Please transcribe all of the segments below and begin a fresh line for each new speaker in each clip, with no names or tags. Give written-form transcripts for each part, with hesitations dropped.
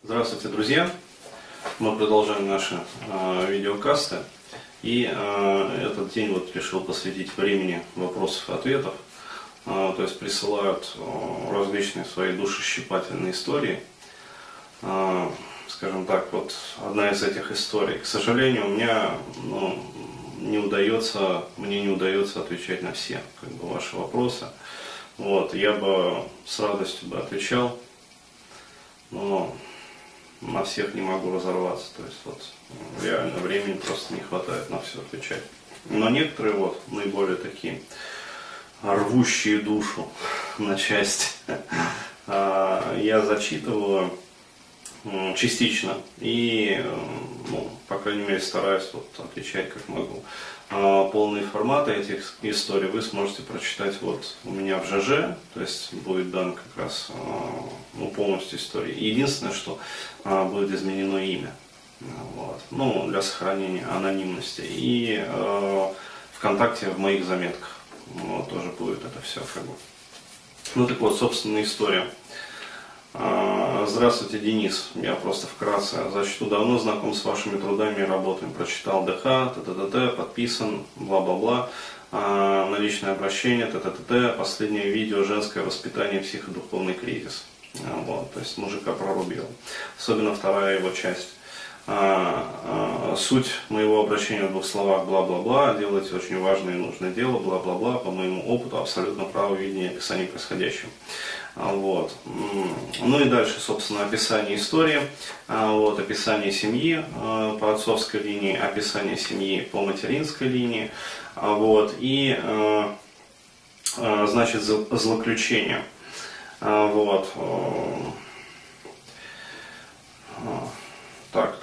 Здравствуйте, друзья! Мы продолжаем наши видеокасты. И этот день решил посвятить времени вопросов и ответов. То есть присылают различные свои душещипательные истории. Скажем так, одна из этих историй. К сожалению, мне не удается отвечать на все ваши вопросы. Я бы с радостью отвечал, но на всех не могу разорваться. То есть реально времени просто не хватает на все отвечать. Но некоторые наиболее такие рвущие душу на части я зачитываю частично и, по крайней мере, стараюсь отвечать как могу. Полные форматы этих историй вы сможете прочитать у меня в ЖЖ, то есть будет дан как раз полностью история. Единственное, что будет изменено имя, для сохранения анонимности. И ВКонтакте в моих заметках тоже будет это все собственно, история. Здравствуйте, Денис. Я просто вкратце зачту. Давно знаком с вашими трудами и работами. Прочитал ДХ, подписан, бла-бла-бла. На личное обращение, Последнее видео «Женское воспитание. Психодуховный кризис». То есть мужика прорубил. Особенно вторая его часть. Суть моего обращения в двух словах, бла-бла-бла. Делайте очень важное и нужное дело, бла-бла-бла. По моему опыту абсолютно правое видение описания происходящего. И дальше, собственно, описание истории, описание семьи по отцовской линии, описание семьи по материнской линии, значит, злоключение. Так.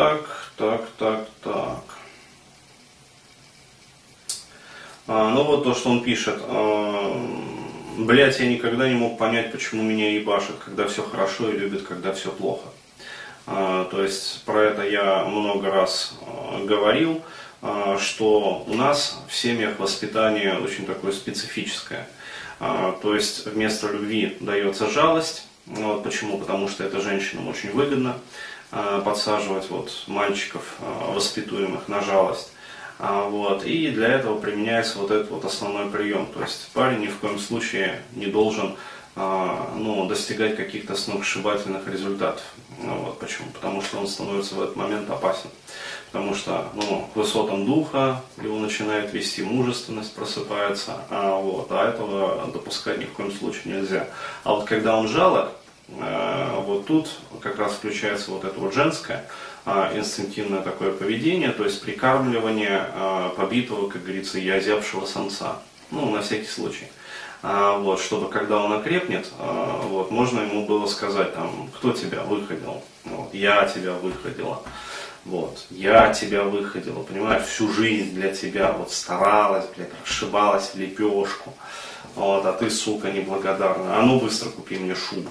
То, что он пишет. Блять, я никогда не мог понять, почему меня ебашат, когда все хорошо, и любят, когда все плохо. То есть про это я много раз говорил, что у нас в семьях воспитание очень такое специфическое. То есть вместо любви дается жалость. Почему? Потому что это женщинам очень выгодно подсаживать мальчиков, воспитуемых, на жалость. И для этого применяется этот основной прием. То есть парень ни в коем случае не должен достигать каких-то сногсшибательных результатов. Почему? Потому что он становится в этот момент опасен. Потому что к высотам духа его начинает вести мужественность, просыпается, этого допускать ни в коем случае нельзя. А когда он жалок, тут как раз включается это женское, инстинктивное такое поведение, то есть прикармливание побитого, как говорится, и озябшего самца. На всякий случай. Чтобы когда он окрепнет, можно ему было сказать, кто тебя выходил? Я тебя выходила. Я тебя выходила, понимаешь, всю жизнь для тебя старалась, расшибалась в лепешку. А ты, сука, неблагодарная. А ну быстро купи мне шубу.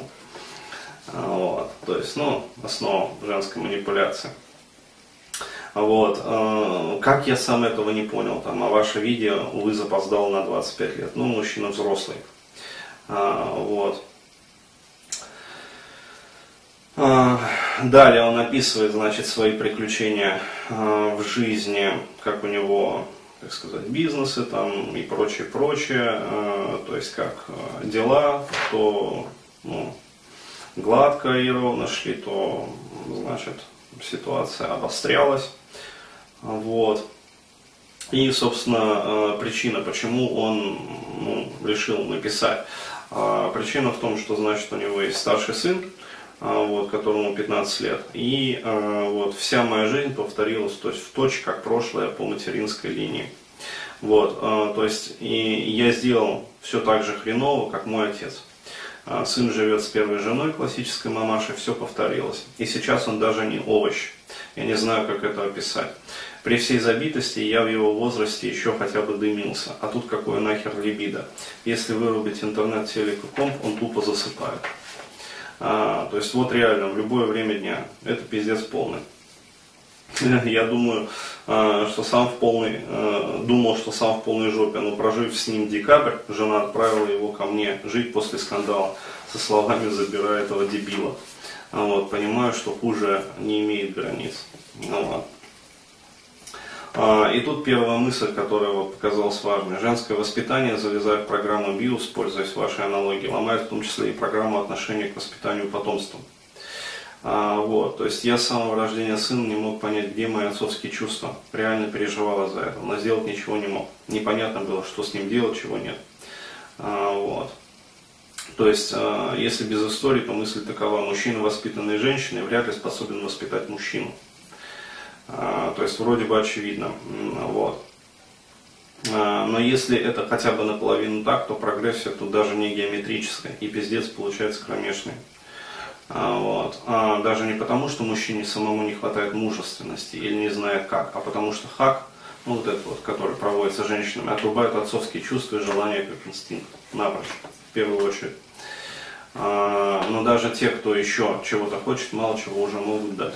То есть, основа женской манипуляции. Как я сам этого не понял, а ваше видео, увы, запоздало на 25 лет. Мужчина взрослый. Далее он описывает, значит, свои приключения в жизни, как у него, так сказать, бизнесы и прочее. То есть, как дела, то, гладко и ровно шли, то, значит, ситуация обострялась. И, собственно, причина, почему он решил написать. Причина в том, что, значит, у него есть старший сын, которому 15 лет. И вся моя жизнь повторилась, то есть в точь, как прошлое по материнской линии. То есть и я сделал все так же хреново, как мой отец. Сын живет с первой женой, классической мамашей, все повторилось. И сейчас он даже не овощ. Я не знаю, как это описать. При всей забитости я в его возрасте еще хотя бы дымился. А тут какое нахер либидо. Если вырубить интернет, телек и комп, он тупо засыпает. То есть реально в любое время дня. Это пиздец полный. Я думаю, что сам в полной жопе, но прожив с ним декабрь, жена отправила его ко мне жить после скандала со словами «забирай этого дебила». вот, понимаю, что хуже не имеет границ. Вот. И тут первая мысль, которая вот показалась важной. Женское воспитание, залезая в программу БИУС, пользуясь вашей аналогией, ломает в том числе и программу отношения к воспитанию потомства. Вот, то есть я с самого рождения сына не мог понять, где мои отцовские чувства. Реально переживал за это, но сделать ничего не мог. Непонятно было, что с ним делать, чего нет. Вот. То есть, если без истории, то мысль такова: мужчина, воспитанный женщиной, вряд ли способен воспитать мужчину. То есть вроде бы очевидно. Вот. Но если это хотя бы наполовину так, то прогрессия тут даже не геометрическая, и пиздец получается кромешный. Вот. Даже не потому, что мужчине самому не хватает мужественности или не знает как, а потому что хак, ну вот этот вот, который проводится женщинами, отрубает отцовские чувства и желания как инстинкт. Напрочь, в первую очередь. Но даже те, кто еще чего-то хочет, мало чего уже могут дать.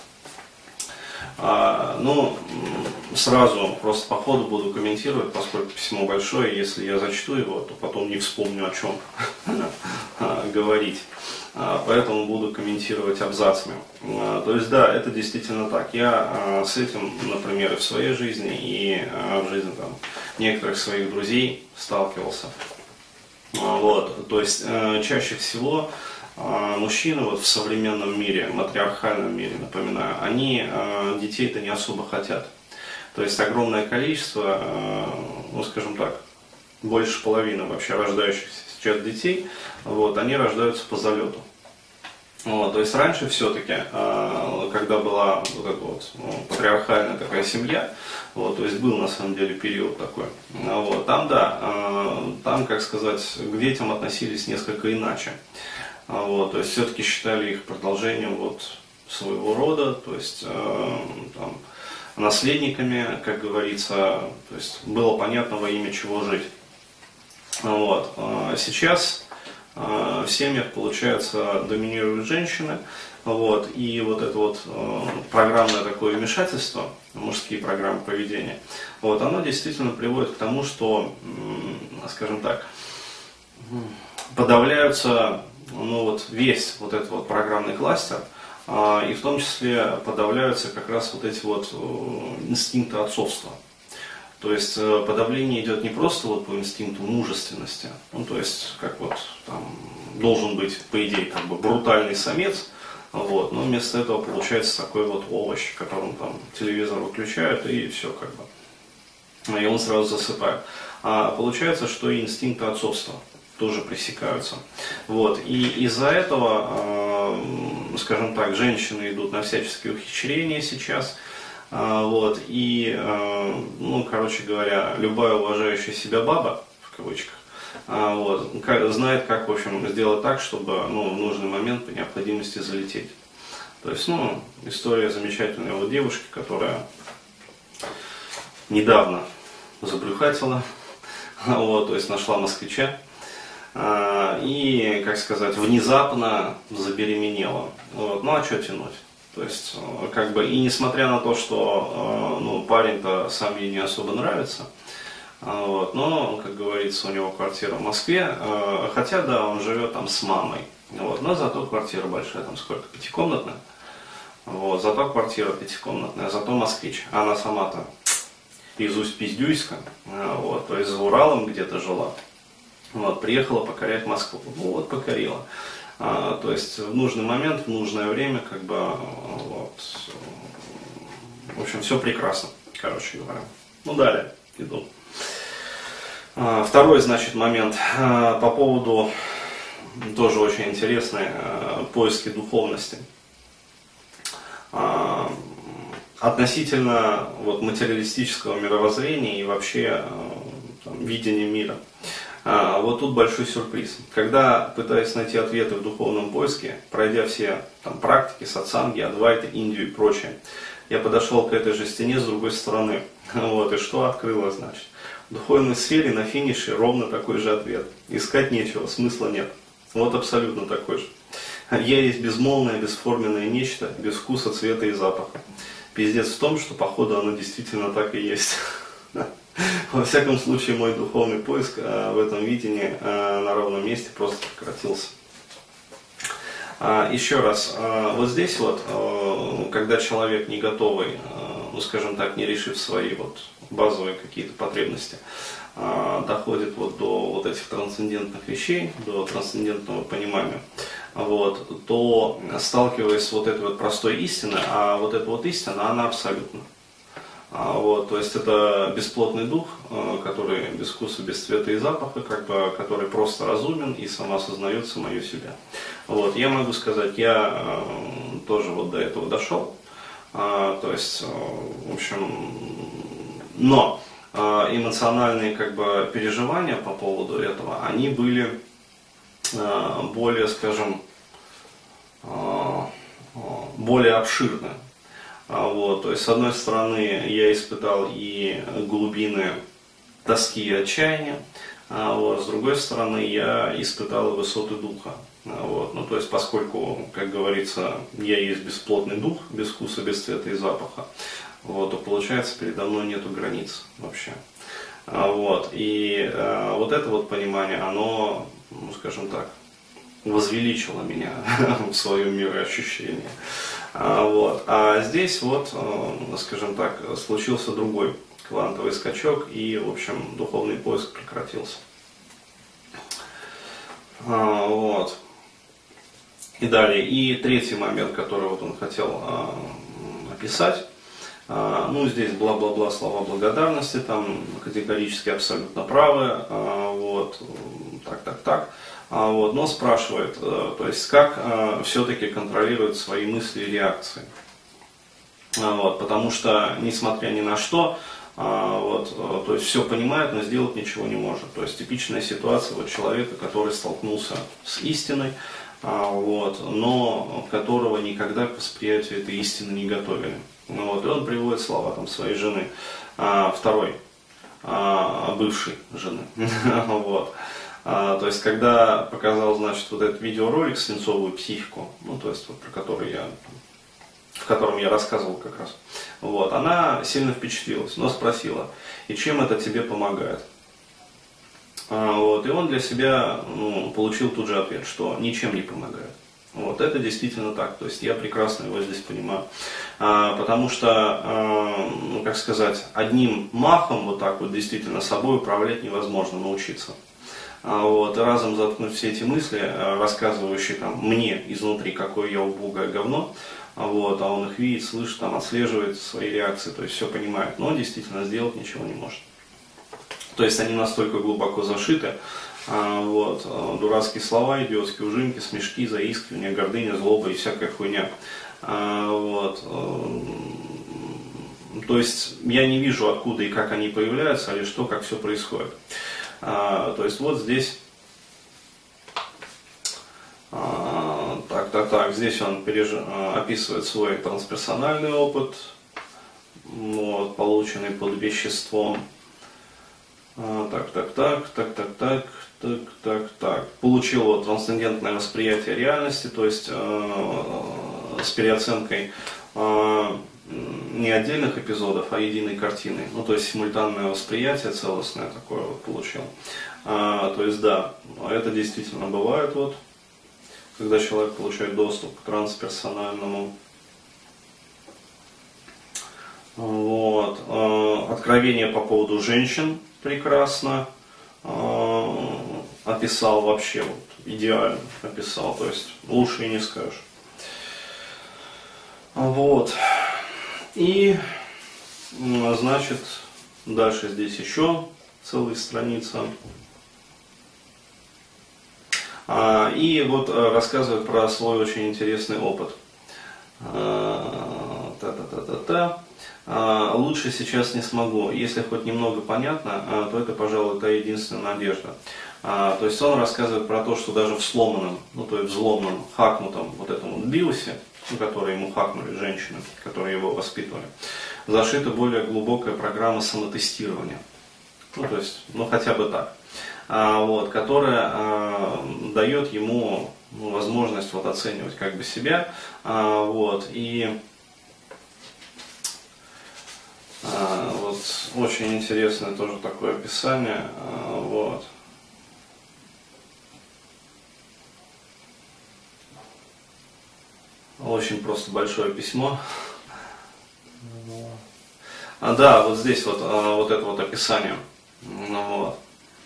Ну, сразу просто по ходу буду комментировать, поскольку письмо большое, если я зачту его, то потом не вспомню, о чем говорить. Поэтому буду комментировать абзацами. То есть, да, это действительно так. Я с этим, например, и в своей жизни, и в жизни там некоторых своих друзей сталкивался. Вот. То есть, чаще всего мужчины вот в современном мире, матриархальном мире, напоминаю, они детей-то не особо хотят. То есть огромное количество, ну скажем так, больше половины вообще рождающихся сейчас детей, вот, они рождаются по залету. Вот, то есть раньше все-таки, когда была вот эта вот патриархальная такая семья, вот, то есть был на самом деле период такой, вот, там да, там, как сказать, к детям относились несколько иначе. Вот, то есть все-таки считали их продолжением вот своего рода, то есть там, наследниками, как говорится, то есть было понятно, во имя чего жить. Вот. Сейчас в семьях, получается, доминируют женщины, вот, и вот это вот программное такое вмешательство, мужские программы поведения, вот, оно действительно приводит к тому, что, скажем так, подавляются, ну вот весь вот этот вот программный кластер, и в том числе подавляются как раз вот эти вот инстинкты отцовства. То есть подавление идет не просто вот по инстинкту мужественности, ну то есть как вот там должен быть по идее как бы брутальный самец, вот, но вместо этого получается такой вот овощ, которым там телевизор выключают и все как бы, и он сразу засыпает. А получается, что и инстинкты отцовства тоже пресекаются. Вот. И из-за этого, скажем так, женщины идут на всяческие ухищрения сейчас. Вот. И, ну, короче говоря, любая уважающая себя баба, в кавычках, вот, знает, как, в общем, сделать так, чтобы, ну, в нужный момент по необходимости залететь. То есть, ну, история замечательной вот девушки, которая недавно забрюхатила, вот, то есть нашла москвича, и, как сказать, внезапно забеременела. Вот. Ну а что тянуть? То есть, как бы, и несмотря на то, что ну, парень-то сам ей не особо нравится, вот, но, как говорится, у него квартира в Москве, хотя, да, он живет там с мамой, вот, но зато квартира большая, там сколько, пятикомнатная, вот, зато квартира пятикомнатная, зато москвич, она сама-то из Усть-Пиздюйска, вот, то есть за Уралом где-то жила. Вот, приехала покорять Москву. Ну вот, покорила. То есть в нужный момент, в нужное время, как бы, вот, в общем, все прекрасно, короче говоря. Ну, далее иду. Второй, значит, момент по поводу, тоже очень интересный, поиски духовности. Относительно вот, материалистического мировоззрения и вообще там, видения мира. Вот тут большой сюрприз. Когда пытаюсь найти ответы в духовном поиске, пройдя все там, практики, сатсанги, адвайты, Индию и прочее, я подошел к этой же стене с другой стороны. Вот, и что открылось, значит? В духовной сфере на финише ровно такой же ответ. Искать нечего, смысла нет. Вот абсолютно такой же. Я есть безмолвное, бесформенное нечто, без вкуса, цвета и запаха. Пиздец в том, что походу оно действительно так и есть. Во всяком случае, мой духовный поиск в этом видении на ровном месте просто прекратился. Еще раз, вот здесь вот, когда человек не готовый, ну скажем так, не решив свои вот базовые какие-то потребности, доходит вот до вот этих трансцендентных вещей, до трансцендентного понимания, вот, то сталкиваясь с вот этой вот простой истиной, а вот эта вот истина, она абсолютна. Вот, то есть это бесплотный дух, который без вкуса, без цвета и запаха, как бы, который просто разумен и самоосознает самое себя. Вот, я могу сказать, я тоже вот до этого дошел, то есть, в общем, но эмоциональные как бы переживания по поводу этого, они были более, скажем, более обширны. Вот, то есть, с одной стороны, я испытал и глубины тоски и отчаяния, вот, с другой стороны, я испытал и высоты духа. Вот, ну, то есть, поскольку, как говорится, я есть бесплотный дух, без вкуса, без цвета и запаха, вот, то получается, передо мной нету границ вообще. Вот, и вот это вот понимание, оно, ну, скажем так, возвеличило меня в своем мироощущении. Вот. А здесь вот, скажем так, случился другой квантовый скачок, и, в общем, духовный поиск прекратился. Вот. И далее, и третий момент, который вот он хотел описать, ну, здесь бла-бла-бла, слова благодарности, там категорически абсолютно правы, вот, так. Вот, но спрашивает, то есть как все-таки контролировать свои мысли и реакции. Вот, потому что, несмотря ни на что, вот, то есть все понимает, но сделать ничего не может. То есть типичная ситуация вот человека, который столкнулся с истиной, вот, но которого никогда к восприятию этой истины не готовили. Вот, и он приводит слова там, своей жены, второй, бывшей жены. Вот. То есть, когда показал, значит, вот этот видеоролик «Свинцовую психику», ну, то есть, вот, в котором я рассказывал как раз, вот, она сильно впечатлилась, но спросила, и чем это тебе помогает? Вот, и он для себя получил тут же ответ, что ничем не помогает. Вот, это действительно так, то есть я прекрасно его здесь понимаю, потому что, ну, как сказать, одним махом вот так вот действительно собой управлять невозможно научиться. Вот, и разом заткнуть все эти мысли, рассказывающие там, мне изнутри, какое я убогое говно, вот, а он их видит, слышит, там, отслеживает свои реакции, то есть все понимает, но действительно сделать ничего не может. То есть они настолько глубоко зашиты, вот, дурацкие слова, идиотские ужимки, смешки, заискивания, гордыня, злоба и всякая хуйня. Вот. То есть я не вижу, откуда и как они появляются, а лишь то, как все происходит. То есть вот здесь, здесь он описывает свой трансперсональный опыт, вот, полученный под веществом. Получил вот трансцендентное восприятие реальности, то есть с переоценкой не отдельных эпизодов, а единой картины. Ну, то есть симультанное восприятие целостное такое вот получил. То есть да, это действительно бывает, вот, когда человек получает доступ к трансперсональному. Вот. Откровение по поводу женщин прекрасно описал вообще, вот, идеально описал, то есть лучше и не скажешь. Вот. И, значит, дальше здесь еще целая страница. И вот рассказывает про свой очень интересный опыт. Лучше сейчас не смогу. Если хоть немного понятно, то это, пожалуй, та единственная надежда. То есть он рассказывает про то, что даже в сломанном, ну то есть взломанном, хакнутом вот этом вот биосе, который ему хакнули женщины, которые его воспитывали, зашита более глубокая программа самотестирования. Ну то есть, ну хотя бы так. Вот, которая дает ему возможность вот оценивать как бы себя. Вот, и вот очень интересное тоже такое описание. Вот. очень просто большое письмо. Да, вот здесь вот это вот описание. Вот.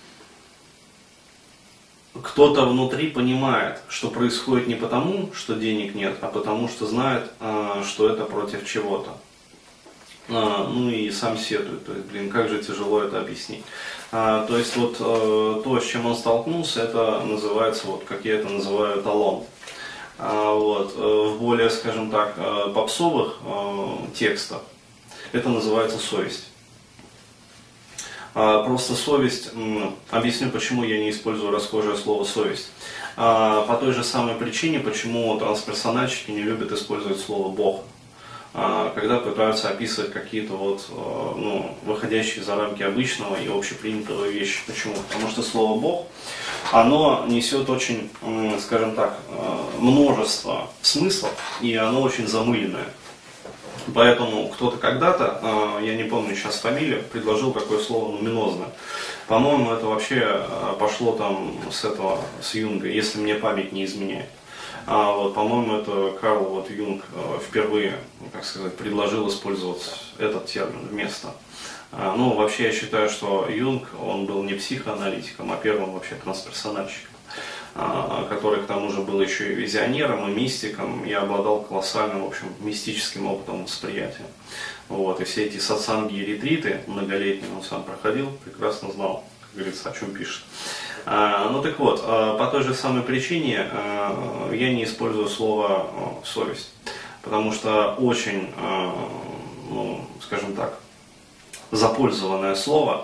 Кто-то внутри понимает, что происходит не потому, что денег нет, а потому, что знает, что это против чего-то. Ну и сам сетует, то есть, как же тяжело это объяснить. То есть вот то, с чем он столкнулся, это называется, вот как я это называю, эталон. Вот, в более, скажем так, попсовых текстах это называется совесть. Просто совесть, объясню, почему я не использую расхожее слово совесть. По той же самой причине, почему трансперсональщики не любят использовать слово Бог, когда пытаются описывать какие-то вот, выходящие за рамки обычного и общепринятого вещи. Почему? Потому что слово Бог, оно несет очень, скажем так, множество смыслов, и оно очень замыленное. Поэтому кто-то когда-то, я не помню сейчас фамилию, предложил такое слово нуминозное. По-моему, это вообще пошло там с Юнга, если мне память не изменяет. Вот, по-моему, это Карл Юнг впервые, так сказать, предложил использовать этот термин вместо. Ну, вообще я считаю, что Юнг, он был не психоаналитиком, а первым вообще трансперсональщиком, который к тому же был еще и визионером, и мистиком, и обладал колоссальным, в общем, мистическим опытом восприятия. Вот, и все эти сатсанги и ретриты многолетние он сам проходил, прекрасно знал, как говорится, о чем пишет. Ну так вот, по той же самой причине я не использую слово совесть, потому что очень, скажем так, запользованное слово,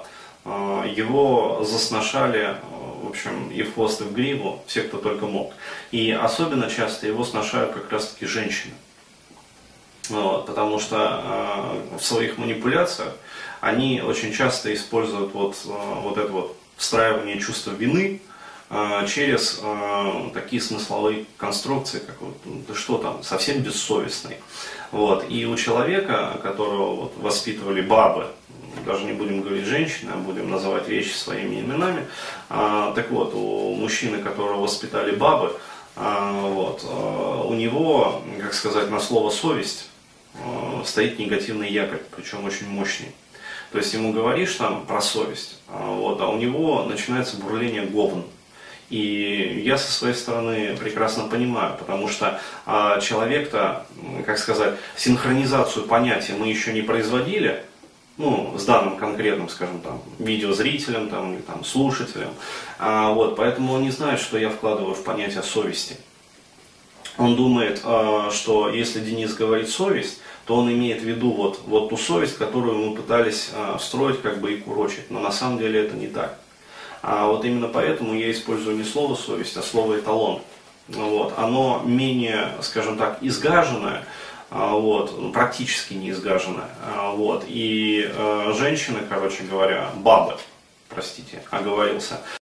его засношали, в общем, и в хвост, и в гриву все, кто только мог. И особенно часто его сношают как раз-таки женщины. Вот, потому что в своих манипуляциях они очень часто используют вот это вот встраивание чувства вины через такие смысловые конструкции, как вот, ты что там, совсем бессовестный. Вот. И у человека, которого вот воспитывали бабы, даже не будем говорить женщины, а будем называть вещи своими именами, так вот, у мужчины, которого воспитали бабы, вот, у него, как сказать, на слово совесть стоит негативный якорь, причем очень мощный. То есть ему говоришь там про совесть, вот, а у него начинается бурление говн. И я со своей стороны прекрасно понимаю, потому что человек-то, как сказать, синхронизацию понятия мы еще не производили, с данным конкретным, скажем, там, видеозрителем там, или там, слушателем, вот, поэтому он не знает, что я вкладываю в понятие совести. Он думает, что если Денис говорит совесть, то он имеет в виду вот ту совесть, которую мы пытались строить как бы и курочить, но на самом деле это не так. Вот именно поэтому я использую не слово совесть, а слово эталон. Вот. Оно менее, скажем так, изгаженное, вот, практически не изгаженное. Вот. И женщины, короче говоря, бабы, простите, оговорился,